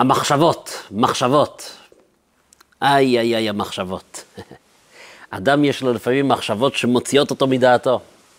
מחשבות. איי, המחשבות. אדם יש לו לפעמים מחשבות שמוציאות אותו מדעתו.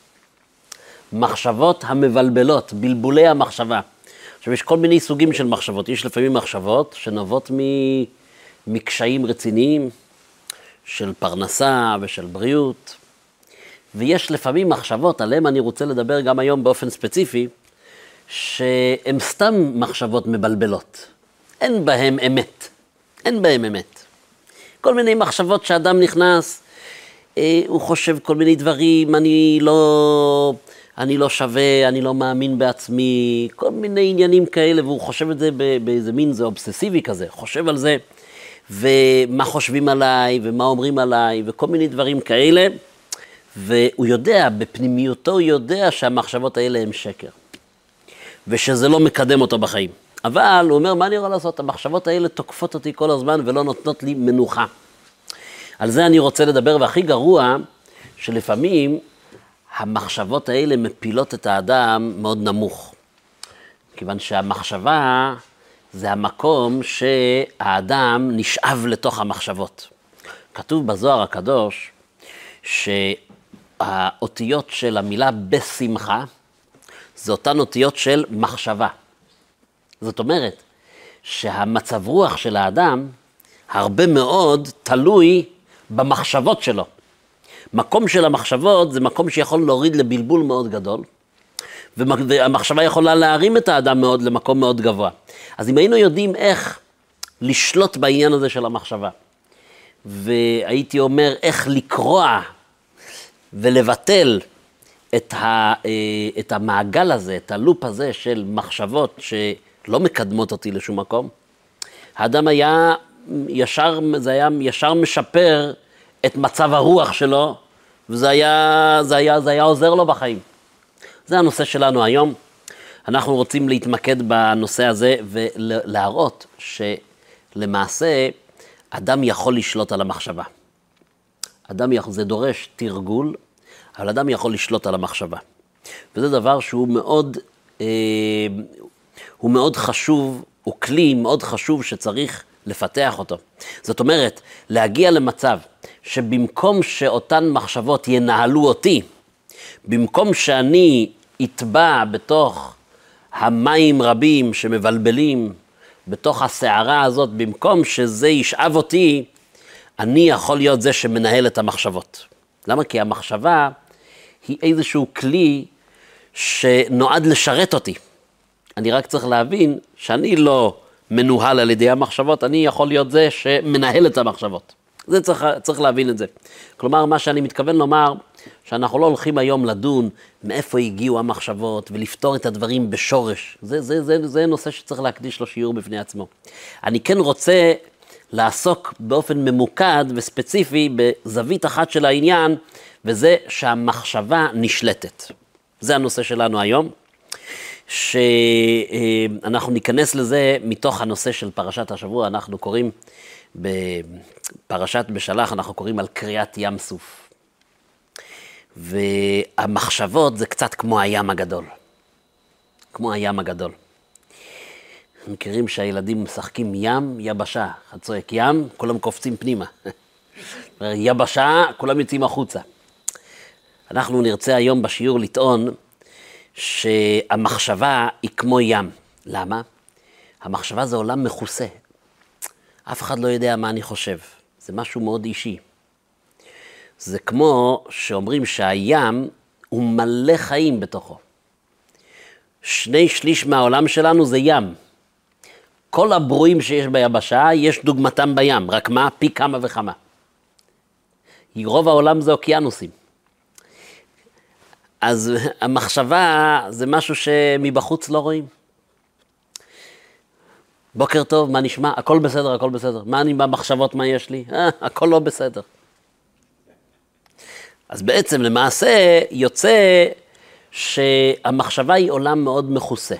מחשבות המבלבלות, בלבולי המחשבה. עכשיו, יש כל מיני סוגים של מחשבות. יש לפעמים מחשבות שנובעות מקשיים רציניים, של פרנסה ושל בריאות. ויש לפעמים מחשבות, עליהם אני רוצה לדבר גם היום באופן ספציפי, שהן סתם מחשבות מבלבלות. אין בהם אמת. כל מיני מחשבות שאדם נכנס, הוא חושב כל מיני דברים, אני לא שווה, אני לא מאמין בעצמי, כל מיני עניינים כאלה, והוא חושב את זה באיזה מין, זה אובססיבי כזה, חושב על זה, ומה חושבים עליי, ומה אומרים עליי, וכל מיני דברים כאלה, והוא יודע, בפנימיותו הוא יודע שהמחשבות האלה הם שקר, ושזה לא מקדם אותו בחיים. אבל הוא אומר, מה אני יכול לעשות? המחשבות האלה תוקפות אותי כל הזמן ולא נותנות לי מנוחה. על זה אני רוצה לדבר, והכי גרוע, שלפעמים המחשבות האלה מפילות את האדם מאוד נמוך. כיוון שהמחשבה זה המקום שהאדם נשאב לתוך המחשבות. כתוב בזוהר הקדוש שהאותיות של המילה בשמחה, זה אותן אותיות של מחשבה. זאת אומרת שהמצב רוח של האדם הרבה מאוד תלוי במחשבות שלו. מקום של המחשבות זה מקום שיכול להוריד לבלבול מאוד גדול, והמחשבה יכולה להרים את האדם מאוד למקום מאוד גבוה. אז אם היינו יודעים איך לשלוט בעניין הזה של המחשבה, והייתי אומר איך לקרוע ולבטל את המעגל הזה, את הלופ הזה של מחשבות שלא מקדמות אותי לשום מקום, האדם היה ישר משפר את מצב הרוח שלו, וזה היה עוזר לו בחיים. זה הנושא שלנו היום. אנחנו רוצים להתמקד בנושא הזה ולהראות שלמעשה אדם יכול לשלוט על המחשבה. זה דורש תרגול, אבל אדם יכול לשלוט על המחשבה. וזה דבר שהוא מאוד חשוב, הוא כלי מאוד חשוב שצריך לפתח אותו. זאת אומרת, להגיע למצב שבמקום שאותן מחשבות ינהלו אותי, במקום שאני אטבע בתוך המים רבים שמבלבלים, בתוך הסערה הזאת, במקום שזה ישאב אותי, אני יכול להיות זה שמנהל את המחשבות. למה? כי המחשבה היא איזשהו כלי שנועד לשרת אותי. אני רק צריך להבין שאני לא מנוהל על ידי המחשבות, אני יכול להיות זה שמנהל את המחשבות. זה צריך להבין את זה. כלומר, מה שאני מתכוון לומר, שאנחנו לא הולכים היום לדון מאיפה הגיעו המחשבות ולפתור את הדברים בשורש. זה נושא שצריך להקדיש לו שיעור בפני עצמו. אני כן רוצה לעסוק באופן ממוקד וספציפי בזווית אחת של העניין, וזה שהמחשבה נשלטת. זה הנושא שלנו היום, שאנחנו ניכנס לזה מתוך הנושא של פרשת השבוע. אנחנו קוראים בפרשת בשלח, אנחנו קוראים על קריאת ים סוף. והמחשבות זה קצת כמו הים הגדול. כמו הים הגדול. מכירים שהילדים משחקים ים, יבשה. אחד צועק ים, כולם קופצים פנימה. יבשה, כולם יוצאים החוצה. אנחנו נרצה היום בשיעור לטעון שהמחשבה היא כמו ים. למה? המחשבה זה עולם מכוסה. אף אחד לא יודע מה אני חושב. זה משהו מאוד אישי. זה כמו שאומרים שהים הוא מלא חיים בתוכו. 2/3 מהעולם שלנו זה ים. כל הברואים שיש ביבשה, יש דוגמתם בים. רק מה? פי כמה וכמה. רוב העולם זה אוקיינוסים. אז המחשבה זה משהו שמבחוץ לא רואים. בוקר טוב, מה נשמע? הכל בסדר, הכל בסדר. מה אני במחשבות, מה יש לי? הכל לא בסדר. אז בעצם למעשה יוצא שהמחשבה היא עולם מאוד מכוסה.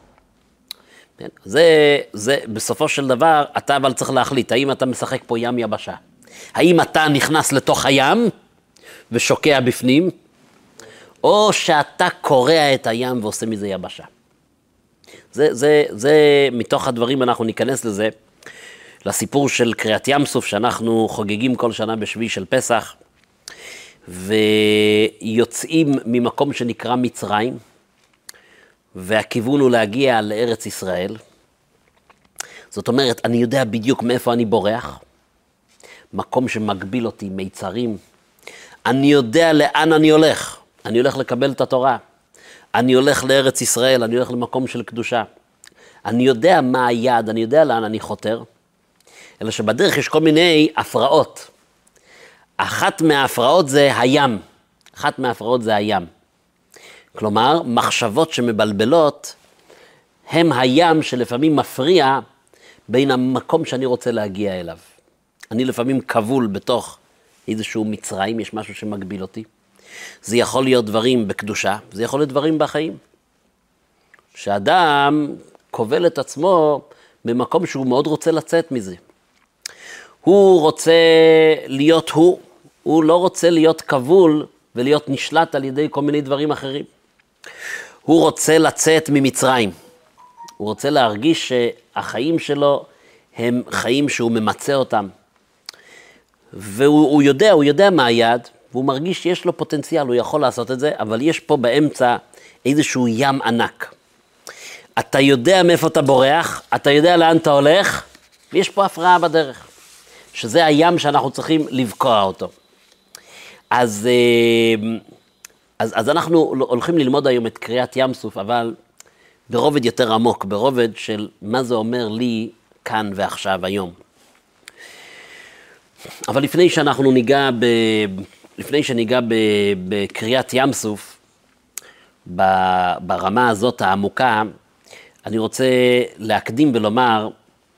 זה בסופו של דבר, אתה אבל צריך להחליט, האם אתה משחק פה ים יבשה? האם אתה נכנס לתוך הים ושוקע בפנים? או שאתה קורע את הים ועושה מזה יבשה. זה מתוך הדברים, אנחנו ניכנס לזה, לסיפור של קריאת ים סוף, שאנחנו חוגגים כל שנה בשביעי של פסח, ויוצאים ממקום שנקרא מצרים, והכיוון הוא להגיע לארץ ישראל. זאת אומרת, אני יודע בדיוק מאיפה אני בורח, מקום שמגביל אותי, מיצרים. אני יודע לאן אני הולך. אני הולך לקבל את התורה. אני הולך לארץ ישראל, אני הולך למקום של קדושה. אני יודע מה היעד, אני יודע לאן אני חותר. אלא שבדרך יש כל מיני הפרעות. אחת מההפרעות זה הים. אחת מההפרעות זה הים. כלומר, מחשבות שמבלבלות הם הים שלפעמים מפריע בין המקום שאני רוצה להגיע אליו. אני לפעמים כבול בתוך איזשהו מצרים, יש משהו שמגביל אותי. זה יכול להיות דברים בקדושה, זה יכול להיות דברים בחיים. שאדם כובל את עצמו במקום שהוא מאוד רוצה לצאת מזה. הוא רוצה להיות הוא לא רוצה להיות כבול ולהיות נשלט על ידי כל מיני דברים אחרים. הוא רוצה לצאת ממצרים. הוא רוצה להרגיש שהחיים שלו הם חיים שהוא ממצא אותם. והוא יודע מה היעד, והוא מרגיש שיש לו פוטנציאל, הוא יכול לעשות את זה, אבל יש פה באמצע איזשהו ים ענק. אתה יודע מאיפה אתה בורח, אתה יודע לאן אתה הולך, ויש פה הפרעה בדרך, שזה הים שאנחנו צריכים לבקוע אותו. אז אנחנו הולכים ללמוד היום את קריאת ים סוף, אבל ברובד יותר עמוק, ברובד של מה זה אומר לי כאן ועכשיו היום. אבל לפני שניגע בקריאת ים סוף, ברמה הזאת העמוקה, אני רוצה להקדים ולומר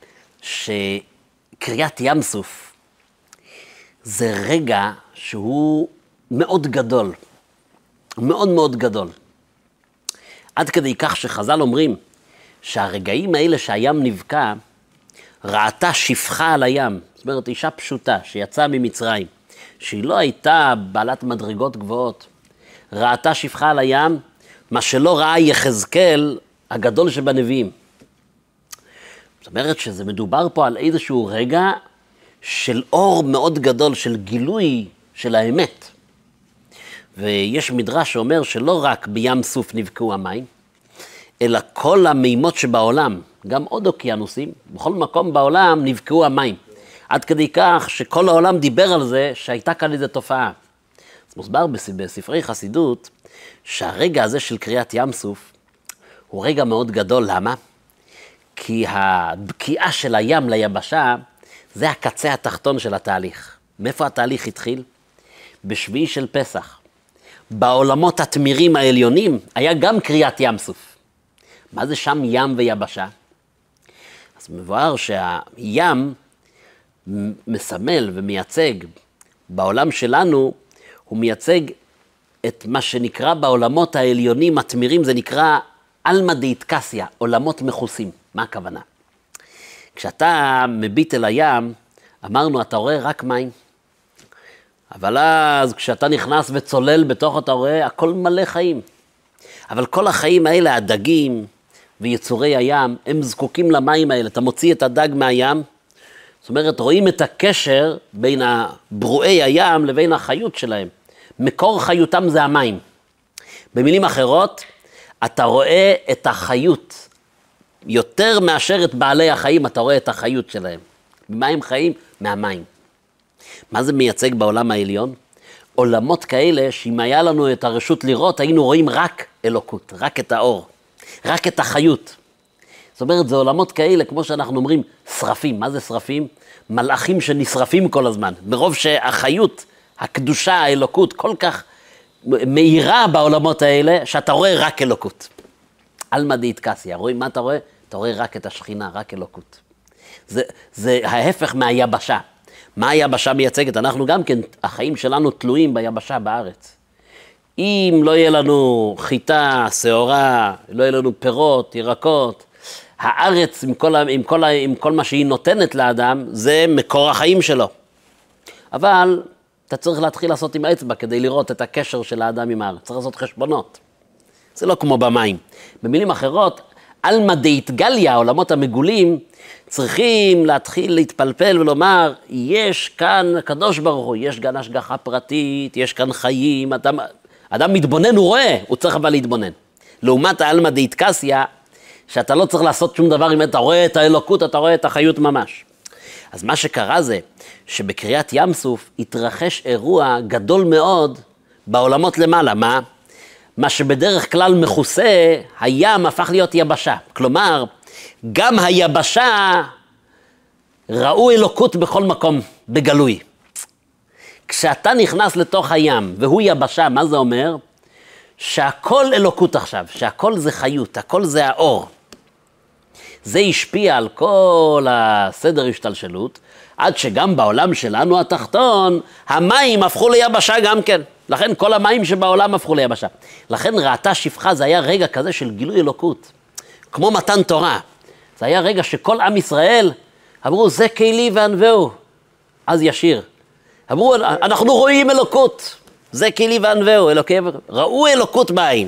שקריאת ים סוף זה רגע שהוא מאוד גדול, מאוד מאוד גדול. עד כדי כך שחז"ל אומרים שהרגעים האלה שהים נבקע, ראתה שפחה על הים. זאת אומרת, אישה פשוטה שיצאה ממצרים, שהיא לא הייתה בעלת מדרגות גבוהות, ראתה שפחה על הים, מה שלא ראה יחזקאל הגדול שבנביאים. זאת אומרת שזה מדובר פה על איזשהו רגע של אור מאוד גדול, של גילוי של האמת. ויש מדרש שאומר שלא רק בים סוף נבקעו המים, אלא כל המימות שבעולם, גם עוד אוקיינוסים, בכל מקום בעולם נבקעו המים. עד כדי כך שכל העולם דיבר על זה שהייתה כאן איזו תופעה. אז מוסבר בספרי חסידות שהרגע הזה של קריאת ים סוף הוא רגע מאוד גדול. למה? כי הבקיעה של הים ליבשה זה הקצה התחתון של התהליך. מאיפה התהליך התחיל? בשביעי של פסח. בעולמות התמירים העליונים היה גם קריאת ים סוף. מה זה שם ים ויבשה? אז מבואר שהים מסמל ומייצג בעולם שלנו, הוא מייצג את מה שנקרא בעולמות העליונים התמירים, זה נקרא אלמא דאיטקסיה, עולמות מכוסים. מה הכוונה? כשאתה מביט אל הים, אמרנו, אתה רואה רק מים. אבל אז כשאתה נכנס וצולל בתוך, אתה רואה הכל מלא חיים. אבל כל החיים האלה, הדגים ויצורי הים, הם זקוקים למים האלה. אתה מוציא את הדג מהים, זאת אומרת, רואים את הקשר בין ברואי הים לבין החיות שלהם. מקור חיותם זה המים. במילים אחרות, אתה רואה את החיות, יותר מאשר את בעלי החיים, אתה רואה את החיות שלהם. ממה הם חיים? מהמים. מה זה מייצג בעולם העליון? עולמות כאלה, שאם היה לנו את הרשות לראות, היינו רואים רק אלוקות, רק את האור, רק את החיות. זאת אומרת, זה עולמות כאלה, כמו שאנחנו אומרים, שרפים. מה זה שרפים? מלאכים שנשרפים כל הזמן. ברוב שהחיות, הקדושה, האלוקות, כל כך מהירה בעולמות האלה, שאתה רואה רק אלוקות. אלמא דאיטקסיה. רואים מה אתה רואה? אתה רואה רק את השכינה, רק אלוקות. זה ההפך מהיבשה. מה היבשה מייצגת? אנחנו גם כן, החיים שלנו תלויים ביבשה בארץ. אם לא יהיה לנו חיטה, שעורה, לא יהיה לנו פירות, ירקות, הארץ עם כל מה שהיא נותנת לאדם, זה מקור החיים שלו. אבל אתה צריך להתחיל לעשות עם האצבע כדי לראות את הקשר של האדם עם הארץ. צריך לעשות חשבונות. זה לא כמו במים. במילים אחרות, אלמא דאיתגליה, העולמות המגולים, צריכים להתחיל להתפלפל ולומר, יש כאן הקדוש ברוך הוא, יש כאן השגחה פרטית, יש כאן חיים, אדם מתבונן, הוא רואה, הוא צריך אבל להתבונן. לעומת האלמא דאיתקסיה, שאתה לא צריך לעשות שום דבר, אם אתה רואה את האלוקות, אתה רואה את החיות ממש. אז מה שקרה זה, שבקריאת ים סוף התרחש אירוע גדול מאוד בעולמות למעלה. מה שבדרך כלל מכוסה, הים הפך להיות יבשה. כלומר, גם היבשה ראו אלוקות בכל מקום, בגלוי. כשאתה נכנס לתוך הים והוא יבשה, מה זה אומר? שהכל אלוקות עכשיו, שהכל זה חיות, הכל זה האור. זה השפיע על כל הסדר השתלשלות, עד שגם בעולם שלנו התחתון, המים הפכו ליבשה גם כן. לכן כל המים שבעולם הפכו ליבשה. לכן ראתה שפחה, זה היה רגע כזה של גילוי אלוקות. כמו מתן תורה. זה היה רגע שכל עם ישראל אמרו, זה כלי וענווהו. אז ישיר. אמרו, אנחנו רואים אלוקות. זה כלי וענווהו. ראו אלוקות בעין.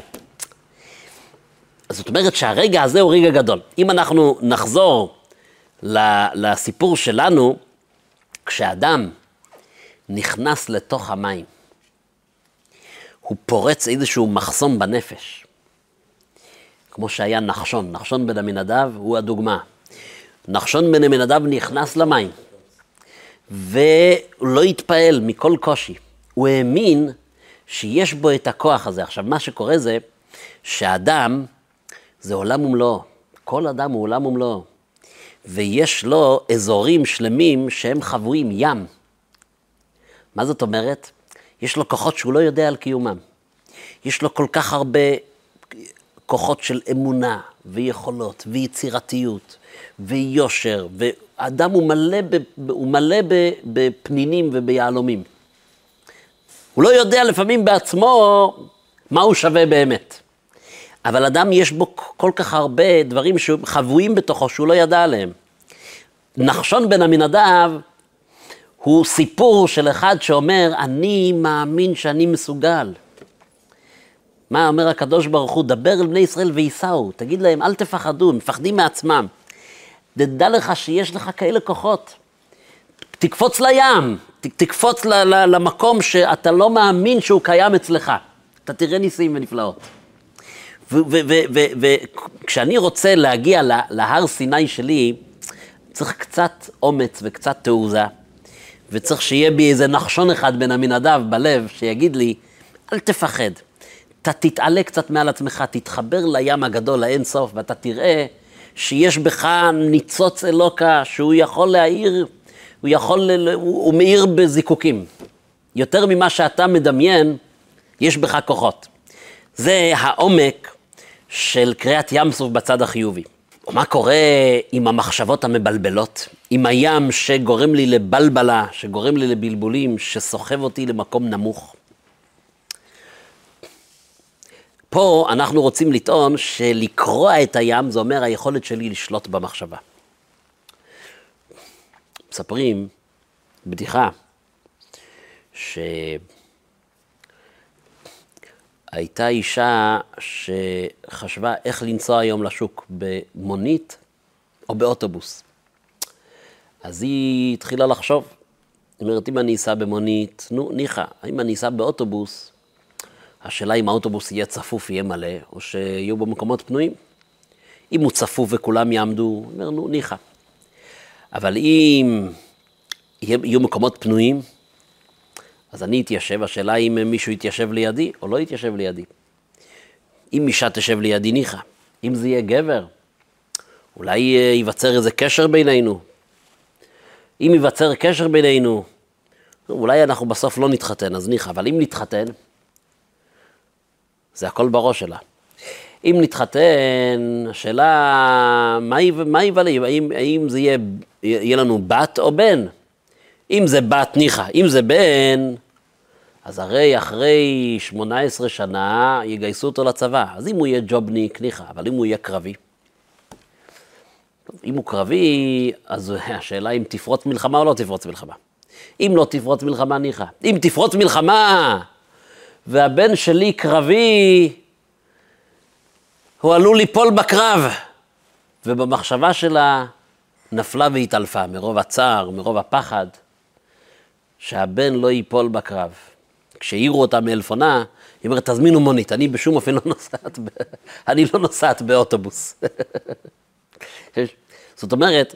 אז זאת אומרת שהרגע הזה הוא רגע גדול. אם אנחנו נחזור לסיפור שלנו, כשאדם נכנס לתוך המים, הוא פורץ איזשהו מחסום בנפש. כמו שהיה נחשון בן עמינדב הוא הדוגמה. נחשון בן עמינדב נכנס למים, והוא לא התפעל מכל קושי. הוא האמין שיש בו את הכוח הזה. עכשיו מה שקורה זה שהאדם זה עולם ומלואו. כל אדם הוא עולם ומלואו. ויש לו אזורים שלמים שהם חבויים, ים. מה זאת אומרת? יש לו כוחות שהוא לא יודע על קיומם. יש לו כל כך הרבה כוחות של אמונה ויכולות ויצירתיות ויושר, ואדם הוא מלא בפנינים וביעלומים. הוא לא יודע לפעמים בעצמו מה הוא שווה באמת. אבל אדם יש בו כל כך הרבה דברים שחבויים בתוכו שהוא לא ידע עליהם. נחשון בן עמינדב הוא סיפור של אחד שאומר, אני מאמין שאני מסוגל. מה אומר הקדוש ברוך הוא? דבר אל בני ישראל וייסעו. תגיד להם, אל תפחדו, מפחדים מעצמם. תדע לך שיש לך כאלה כוחות. תקפוץ לים, תקפוץ למקום שאתה לא מאמין שהוא קיים אצלך. אתה תראה ניסים ונפלאות. וכשאני רוצה להגיע להר סיני שלי, צריך קצת אומץ וקצת תעוזה, וצריך שיהיה בי איזה נחשון אחד בן עמינדב בלב, שיגיד לי, אל תפחד, אתה תתעלה קצת מעל עצמך, תתחבר לים הגדול, לאין סוף, ואתה תראה שיש בך ניצוץ אלוקה, שהוא יכול להאיר, הוא מאיר בזיקוקים. יותר ממה שאתה מדמיין, יש בך כוחות. זה העומק של קריאת ים סוף בצד החיובי. ומה קורה עם המחשבות המבלבלות? עם הים שגורם לי לבלבלה, שגורם לי לבלבולים, שסוחב אותי למקום נמוך? פה אנחנו רוצים לטעון שלקרוע את הים, זה אומר היכולת שלי לשלוט במחשבה. מספרים בדיחה הייתה אישה שחשבה איך לנסוע היום לשוק, במונית או באוטובוס. אז היא התחילה לחשוב. היא אומרת, אם אני אסע במונית, ניחא, אם אני אסע באוטובוס, השאלה אם האוטובוס יהיה צפוף, יהיה מלא, או שיהיו במקומות פנויים. אם הוא צפוף וכולם יעמדו, אומר, ניחא. אבל אם יהיו מקומות פנויים, אז אני אתיישב, השאלה אם מישהו יתיישב לידי או לא יתיישב לידי. אם אישה תשב לידי, ניחא. אם זה יהיה גבר, אולי ייווצר איזה קשר בינינו. אם ייווצר קשר בינינו, אולי אנחנו בסוף לא נתחתן, אז ניחא. אבל אם נתחתן, זה הכל בראש שלה. אם נתחתן, השאלה, מה יבלה? האם זה יהיה לנו בת או בן? אם זה בת, ניחא. אם זה בן, אז הרי אחרי 18 שנה יגייסו אותו לצבא. אז אם הוא יהיה ג'ובניק, ניחא. אבל אם הוא יהיה קרבי, אם הוא קרבי, אז השאלה אם תפרוץ מלחמה או לא תפרוץ מלחמה. אם לא תפרוץ מלחמה, ניחא. אם תפרוץ מלחמה, והבן שלי קרבי, הוא עלול ליפול בקרב. ובמחשבה שלה נפלה והתעלפה מרוב הצער, מרוב הפחד, שהבן לא ייפול בקרב. כשהעירו אותה מאלפונה, היא אומרת, תזמינו מונית, אני בשום אופן אני לא נוסעת באוטובוס. זאת אומרת,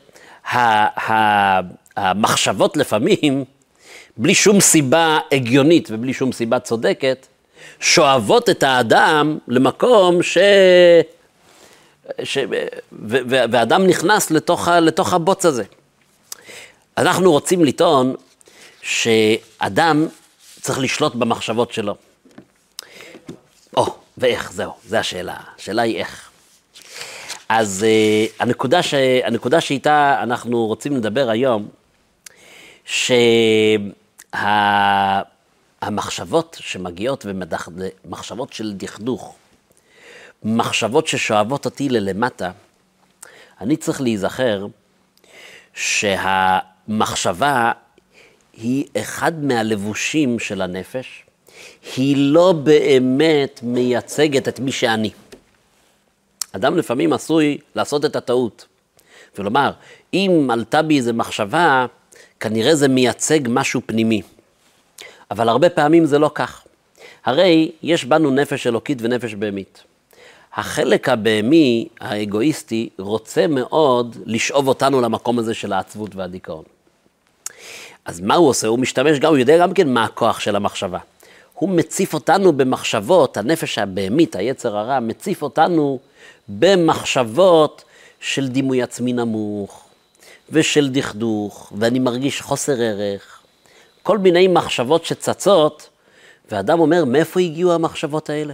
המחשבות לפעמים, בלי שום סיבה הגיונית ובלי שום סיבה צודקת, שואבות את האדם למקום והאדם נכנס לתוך הבוץ הזה. אנחנו רוצים לטעון שאדם צריך לשלוט במחשבות שלו. ואיך? זהו, זו השאלה. השאלה היא איך. אז הנקודה שאיתה אנחנו רוצים לדבר היום, שהמחשבות שמגיעות מחשבות של דכדוך, מחשבות ששואבות אותי ללמטה, אני צריך להיזכר שהמחשבה היא אחד מהלבושים של הנפש, היא לא באמת מייצגת את מי שאני. אדם לפעמים עשוי לעשות את הטעות, ולומר, אם עלתה בי איזו מחשבה, כנראה זה מייצג משהו פנימי. אבל הרבה פעמים זה לא כך. הרי יש בנו נפש אלוקית ונפש בהמית. החלק הבהמי, האגואיסטי, רוצה מאוד לשאוב אותנו למקום הזה של העצבות והדיכאון. אז מה הוא עושה? הוא משתמש הוא יודע גם כן מה הכוח של המחשבה. הוא מציף אותנו במחשבות, הנפש הבהמית, היצר הרע, מציף אותנו במחשבות של דימוי עצמי נמוך, ושל דכדוך, ואני מרגיש חוסר ערך. כל מיני מחשבות שצצות, ואדם אומר, מאיפה הגיעו המחשבות האלה?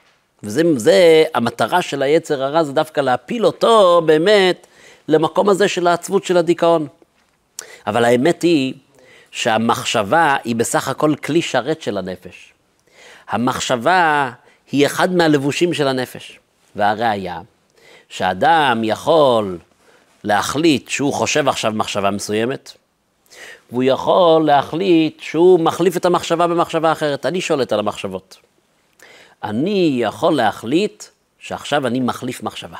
וזה המטרה של היצר הרע, זה דווקא להפיל אותו באמת למקום הזה של העצבות של הדיכאון. אבל האמת היא שהמחשבה היא בסך הכל כלי שרת של הנפש. המחשבה היא אחד מהלבושים של הנפש. והראיה, שאדם יכול להחליט שהוא חושב עכשיו מחשבה מסוימת, והוא יכול להחליט שהוא מחליף את המחשבה במחשבה אחרת. אני שולט על המחשבות. אני יכול להחליט שעכשיו אני מחליף מחשבה.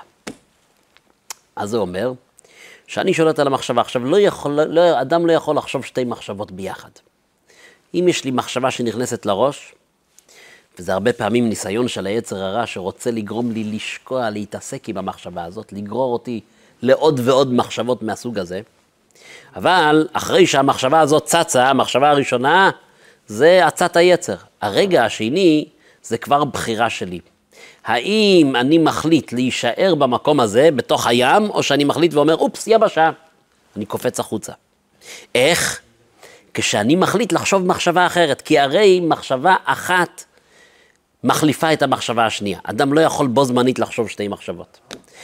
אז זה אומר שאני שולט על המחשבה. עכשיו, אדם לא יכול לחשוב שתי מחשבות ביחד. אם יש לי מחשבה שנכנסת לראש, וזה הרבה פעמים ניסיון של היצר הרע שרוצה לגרום לי לשקוע, להתעסק עם המחשבה הזאת, לגרור אותי לעוד ועוד מחשבות מהסוג הזה. אבל אחרי שהמחשבה הזאת צצה, המחשבה הראשונה, זה עצת היצר. הרגע השני זה כבר בחירה שלי. האם אני מחליט להישאר במקום הזה, בתוך הים, או שאני מחליט ואומר, אופס, יבשה, אני קופץ החוצה. איך? כשאני מחליט לחשוב מחשבה אחרת, כי הרי מחשבה אחת מחליפה את המחשבה השנייה. אדם לא יכול בו זמנית לחשוב שתי מחשבות.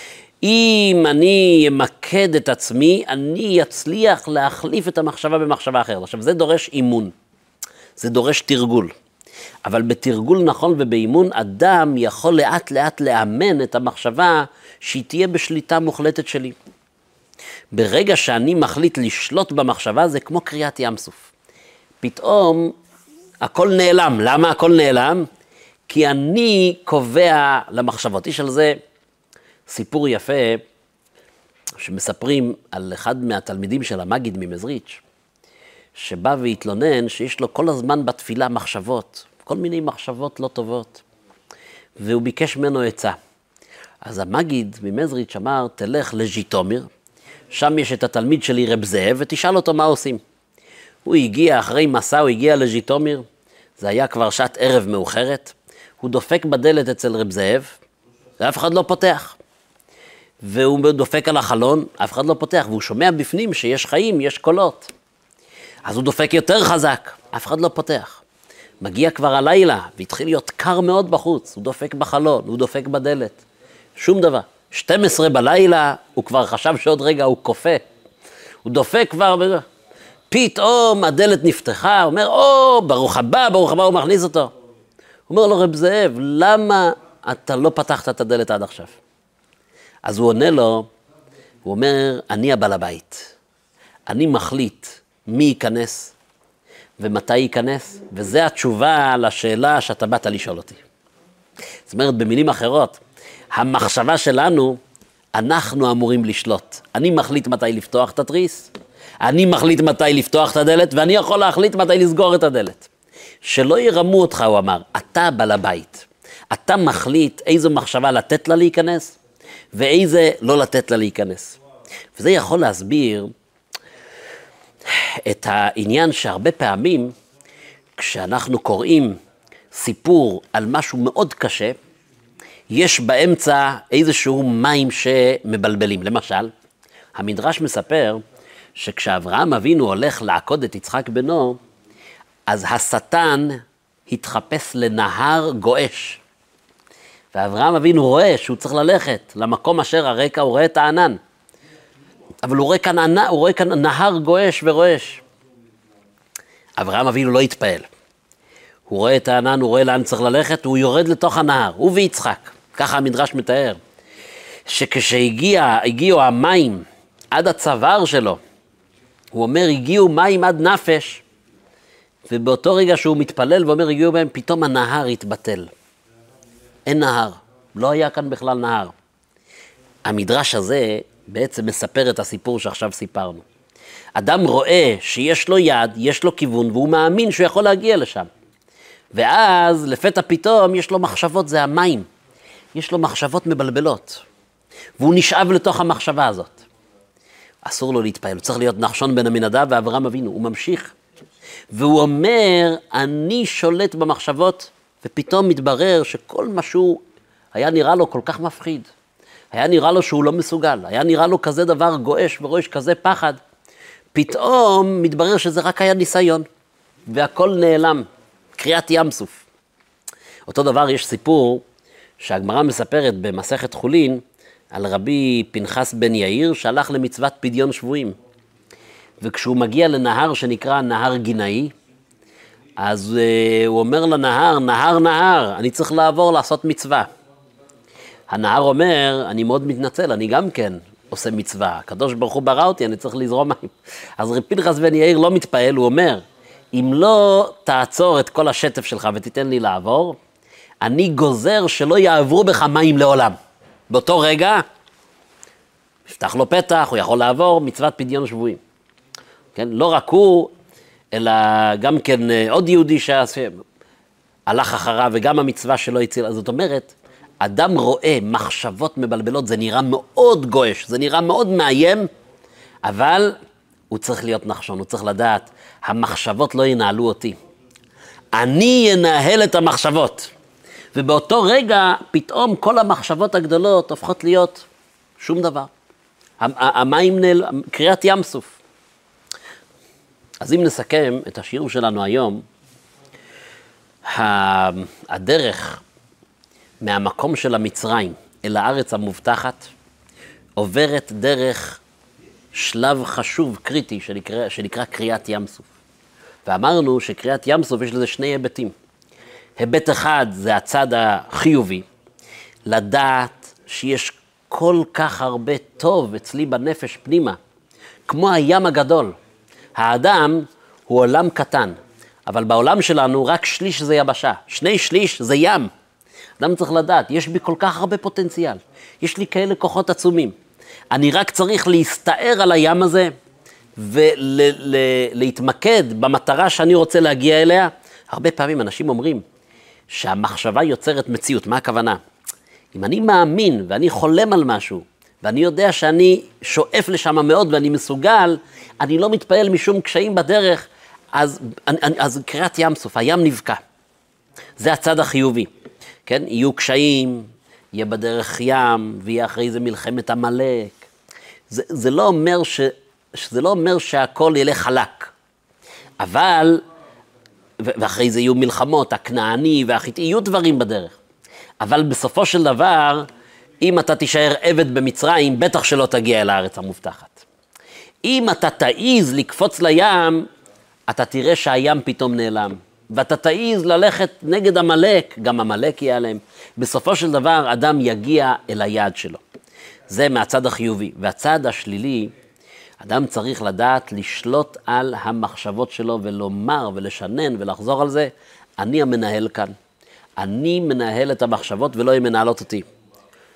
אם אני אמקד את עצמי, אני אצליח להחליף את המחשבה במחשבה אחרת. עכשיו, זה דורש אימון, זה דורש תרגול. אבל בתרגול נכון ובאימון, אדם יכול לאט לאט לאמן את המחשבה שהיא תהיה בשליטה מוחלטת שלי. ברגע שאני מחליט לשלוט במחשבה, זה כמו קריאת ים סוף. פתאום הכל נעלם. למה הכל נעלם? כי אני קובע למחשבות. יש על זה סיפור יפה שמספרים על אחד מהתלמידים של המגיד ממזריץ', שבא והתלונן שיש לו כל הזמן בתפילה מחשבות, כל מיני מחשבות לא טובות, והוא ביקש ממנו עצה. אז המגיד ממזריץ' אמר, תלך לז'יטומיר, שם יש את התלמיד שלי רב זאב, ותשאל אותו מה עושים. הוא הגיע, אחרי מסע הוא הגיע לז'יטומיר, זה היה כבר שעת ערב מאוחרת, הוא דופק בדלת אצל רב זאב, ואף אחד לא פותח. והוא דופק על החלון, אף אחד לא פותח, והוא שומע בפנים שיש חיים, יש קולות. אז הוא דופק יותר חזק, אף אחד לא פותח. מגיע כבר הלילה, והתחיל להיות קר מאוד בחוץ, הוא דופק בחלון, הוא דופק בדלת. שום דבר. 12 בלילה, הוא כבר חשב שעוד רגע הוא קופא. הוא דופק כבר, פתאום הדלת נפתחה, הוא אומר, ברוך הבא, הוא מכניס אותו. הוא אומר לו, רב זאב, למה אתה לא פתחת את הדלת עד עכשיו? אז הוא עונה לו, הוא אומר, אני הבעל הבית. אני מחליט מי ייכנס ומתי ייכנס, וזה התשובה לשאלה שאתה באת לשאול אותי. זאת אומרת, במילים אחרות, המחשבה שלנו, אנחנו אמורים לשלוט. אני מחליט מתי לפתוח את התריס, אני מחליט מתי לפתוח את הדלת, ואני יכול להחליט מתי לסגור את הדלת. שלא ירמו אותך, הוא אמר, אתה בעל הבית. אתה מחליט איזו מחשבה לתת לה להיכנס, ואיזה לא לתת לה להיכנס. וזה יכול להסביר את העניין שהרבה פעמים, כשאנחנו קוראים סיפור על משהו מאוד קשה, יש באמצע איזשהו מים שמבלבלים. למשל, המדרש מספר שכשאברהם אבינו הולך לעקוד את יצחק בנו, אז השטן התחפש לנהר גועש. ואברהם אבינו רואה שהוא צריך ללכת למקום אשר הרקע, הוא רואה את הענן. אבל הוא רואה כאן נהר גועש ורועש. אברהם אבינו לא התפעל. הוא רואה את הענן, הוא רואה לאן צריך ללכת, הוא יורד לתוך הנהר, הוא ויצחק. ככה המדרש מתאר. שכשהגיעו המים עד הצוואר שלו, הוא אומר, הגיעו מים עד נפש, ובאותו רגע שהוא מתפלל ואומר, הגיעו בהם, פתאום הנהר התבטל. אין נהר, לא היה כאן בכלל נהר. המדרש הזה בעצם מספר את הסיפור שעכשיו סיפרנו. אדם רואה שיש לו יד, יש לו כיוון, והוא מאמין שהוא יכול להגיע לשם. ואז לפתע פתאום יש לו מחשבות, זה המים. יש לו מחשבות מבלבלות. והוא נשאב לתוך המחשבה הזאת. אסור לו להתפעל, הוא צריך להיות נחשון בן עמינדב ואברהם אבינו, הוא ממשיך. והוא אומר, אני שולט במחשבות, ופתאום מתברר שכל משהו היה נראה לו כל כך מפחיד. היה נראה לו שהוא לא מסוגל, היה נראה לו כזה דבר גועש וראש, כזה פחד. פתאום מתברר שזה רק היה ניסיון, והכל נעלם, קריאת ים סוף. אותו דבר יש סיפור שהגמרא מספרת במסכת חולין, על רבי פנחס בן יאיר שהלך למצוות פדיון שבויים. וכשהוא מגיע לנהר שנקרא נהר גינאי, אז הוא אומר לנהר, נהר, אני צריך לעבור לעשות מצווה. הנהר אומר, אני מאוד מתנצל, אני גם כן עושה מצווה. הקדוש ברוך הוא ברא אותי, אני צריך לזרום מים. אז רבי פנחס בן יאיר לא מתפעל, הוא אומר, אם לא תעצור את כל השטף שלך ותיתן לי לעבור, אני גוזר שלא יעברו בך מים לעולם. באותו רגע, יפתח לו פתח, הוא יכול לעבור מצוות פדיון שבויים. כן? לא רק הוא, אלא גם כן עוד יהודי שהלך אחריו, וגם המצווה שלו הצילה. זאת אומרת, אדם רואה מחשבות מבלבלות, זה נראה מאוד גועש, זה נראה מאוד מאיים, אבל הוא צריך להיות נחשון, הוא צריך לדעת, המחשבות לא ינהלו אותי. אני ינהל את המחשבות. ובאותו רגע, פתאום כל המחשבות הגדולות הופכות להיות שום דבר. המים קריאת ים סוף. אז אם נסכם את השיעור שלנו היום, הדרך מהמקום של המצרים אל הארץ המובטחת, עוברת דרך שלב חשוב, קריטי, שנקרא קריאת ים סוף. ואמרנו שקריאת ים סוף יש לזה שני היבטים. היבט אחד זה הצד החיובי, לדעת שיש כל כך הרבה טוב אצלי בנפש פנימה, כמו הים הגדול. האדם הוא עולם קטן, אבל בעולם שלנו רק שליש זה יבשה, 2/3 זה ים. אדם צריך לדעת, יש בי כל כך הרבה פוטנציאל, יש לי כאלה כוחות עצומים. אני רק צריך להסתער על הים הזה, ולהתמקד במטרה שאני רוצה להגיע אליה. הרבה פעמים אנשים אומרים שהמחשבה יוצרת מציאות. מה הכוונה? אם אני מאמין ואני חולם על משהו, ואני יודע שאני שואף לשם מאוד ואני מסוגל, אני לא מתפעל משום קשיים בדרך, אז קריאת ים סוף, הים נבקע. זה הצד החיובי. כן? יהיו קשיים, יהיה בדרך ים, ויהיה אחרי זה מלחמת עמלק. זה לא אומר שהכל ילך חלק. אבל, ואחרי זה יהיו מלחמות, הכנעני והחיתי, יהיו דברים בדרך. אבל בסופו של דבר, אם אתה תישאר עבד במצרים, בטח שלא תגיע אל הארץ המובטחת. אם אתה תעיז לקפוץ לים, אתה תראה שהים פתאום נעלם. ואתה תעיז ללכת נגד עמלק, גם עמלק ייעלם. בסופו של דבר, אדם יגיע אל היעד שלו. זה מהצד החיובי. והצד השלילי, אדם צריך לדעת לשלוט על המחשבות שלו ולומר ולשנן ולחזור על זה, אני המנהל כאן. אני מנהל את המחשבות ולא הן מנהלות אותי.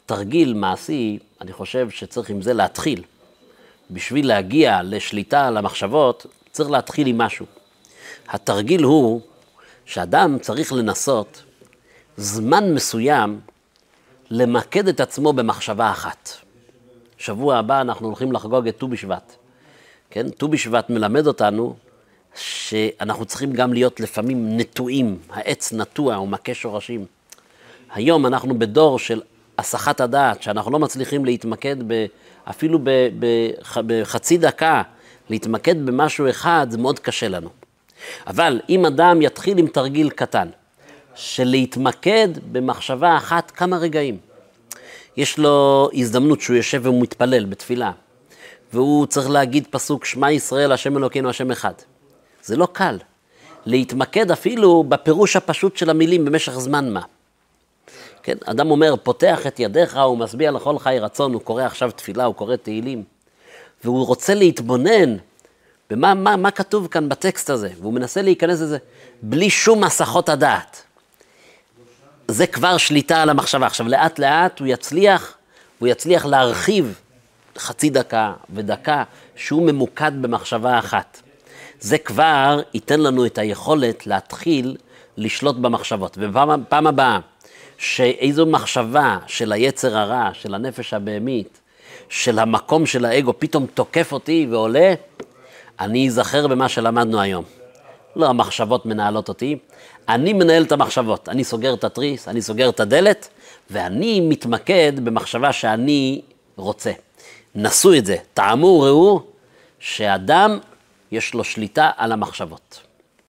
תרגיל מעשי, אני חושב שצריך עם זה להתחיל. בשביל להגיע לשליטה על המחשבות, צריך להתחיל עם משהו. התרגיל הוא שאדם צריך לנסות זמן מסוים למקד את עצמו במחשבה אחת. שבוע הבא אנחנו הולכים לחגוג את ט"ו בשבט. כן? ט"ו בשבט מלמד אותנו שאנחנו צריכים גם להיות לפעמים נטועים. העץ נטוע, הוא מכה שורשים. היום אנחנו בדור של הסחת הדעת, שאנחנו לא מצליחים להתמקד אפילו בחצי דקה, להתמקד במשהו אחד, זה מאוד קשה לנו. אבל אם אדם יתחיל עם תרגיל קטן, של להתמקד במחשבה אחת כמה רגעים, יש לו הזדמנות שהוא יושב והוא מתפלל בתפילה, והוא צריך להגיד פסוק שמע ישראל השם אלוקינו השם אחד. זה לא קל. להתמקד אפילו בפירוש הפשוט של המילים במשך זמן מה. כן? אדם אומר, פותח את ידיך, הוא משביע לכל חי רצון, הוא קורא עכשיו תפילה, הוא קורא תהילים, והוא רוצה להתבונן מה כתוב כאן בטקסט הזה, והוא מנסה להיכנס לזה בלי שום הסחות הדעת. זה כבר שליטה על המחשבה. עכשיו לאט לאט הוא יצליח להרחיב חצי דקה ודקה שהוא ממוקד במחשבה אחת. זה כבר ייתן לנו את היכולת להתחיל לשלוט במחשבות. ובפעם הבאה שאיזו מחשבה של היצר הרע, של הנפש הבהמית, של המקום של האגו פתאום תוקף אותי ועולה, אני אזכר במה שלמדנו היום. לא המחשבות מנהלות אותי, אני מנהל את המחשבות. אני סוגר את התריס, אני סוגר את הדלת, ואני מתמקד במחשבה שאני רוצה. נסו את זה, טעמו, ראו, שאדם יש לו שליטה על המחשבות.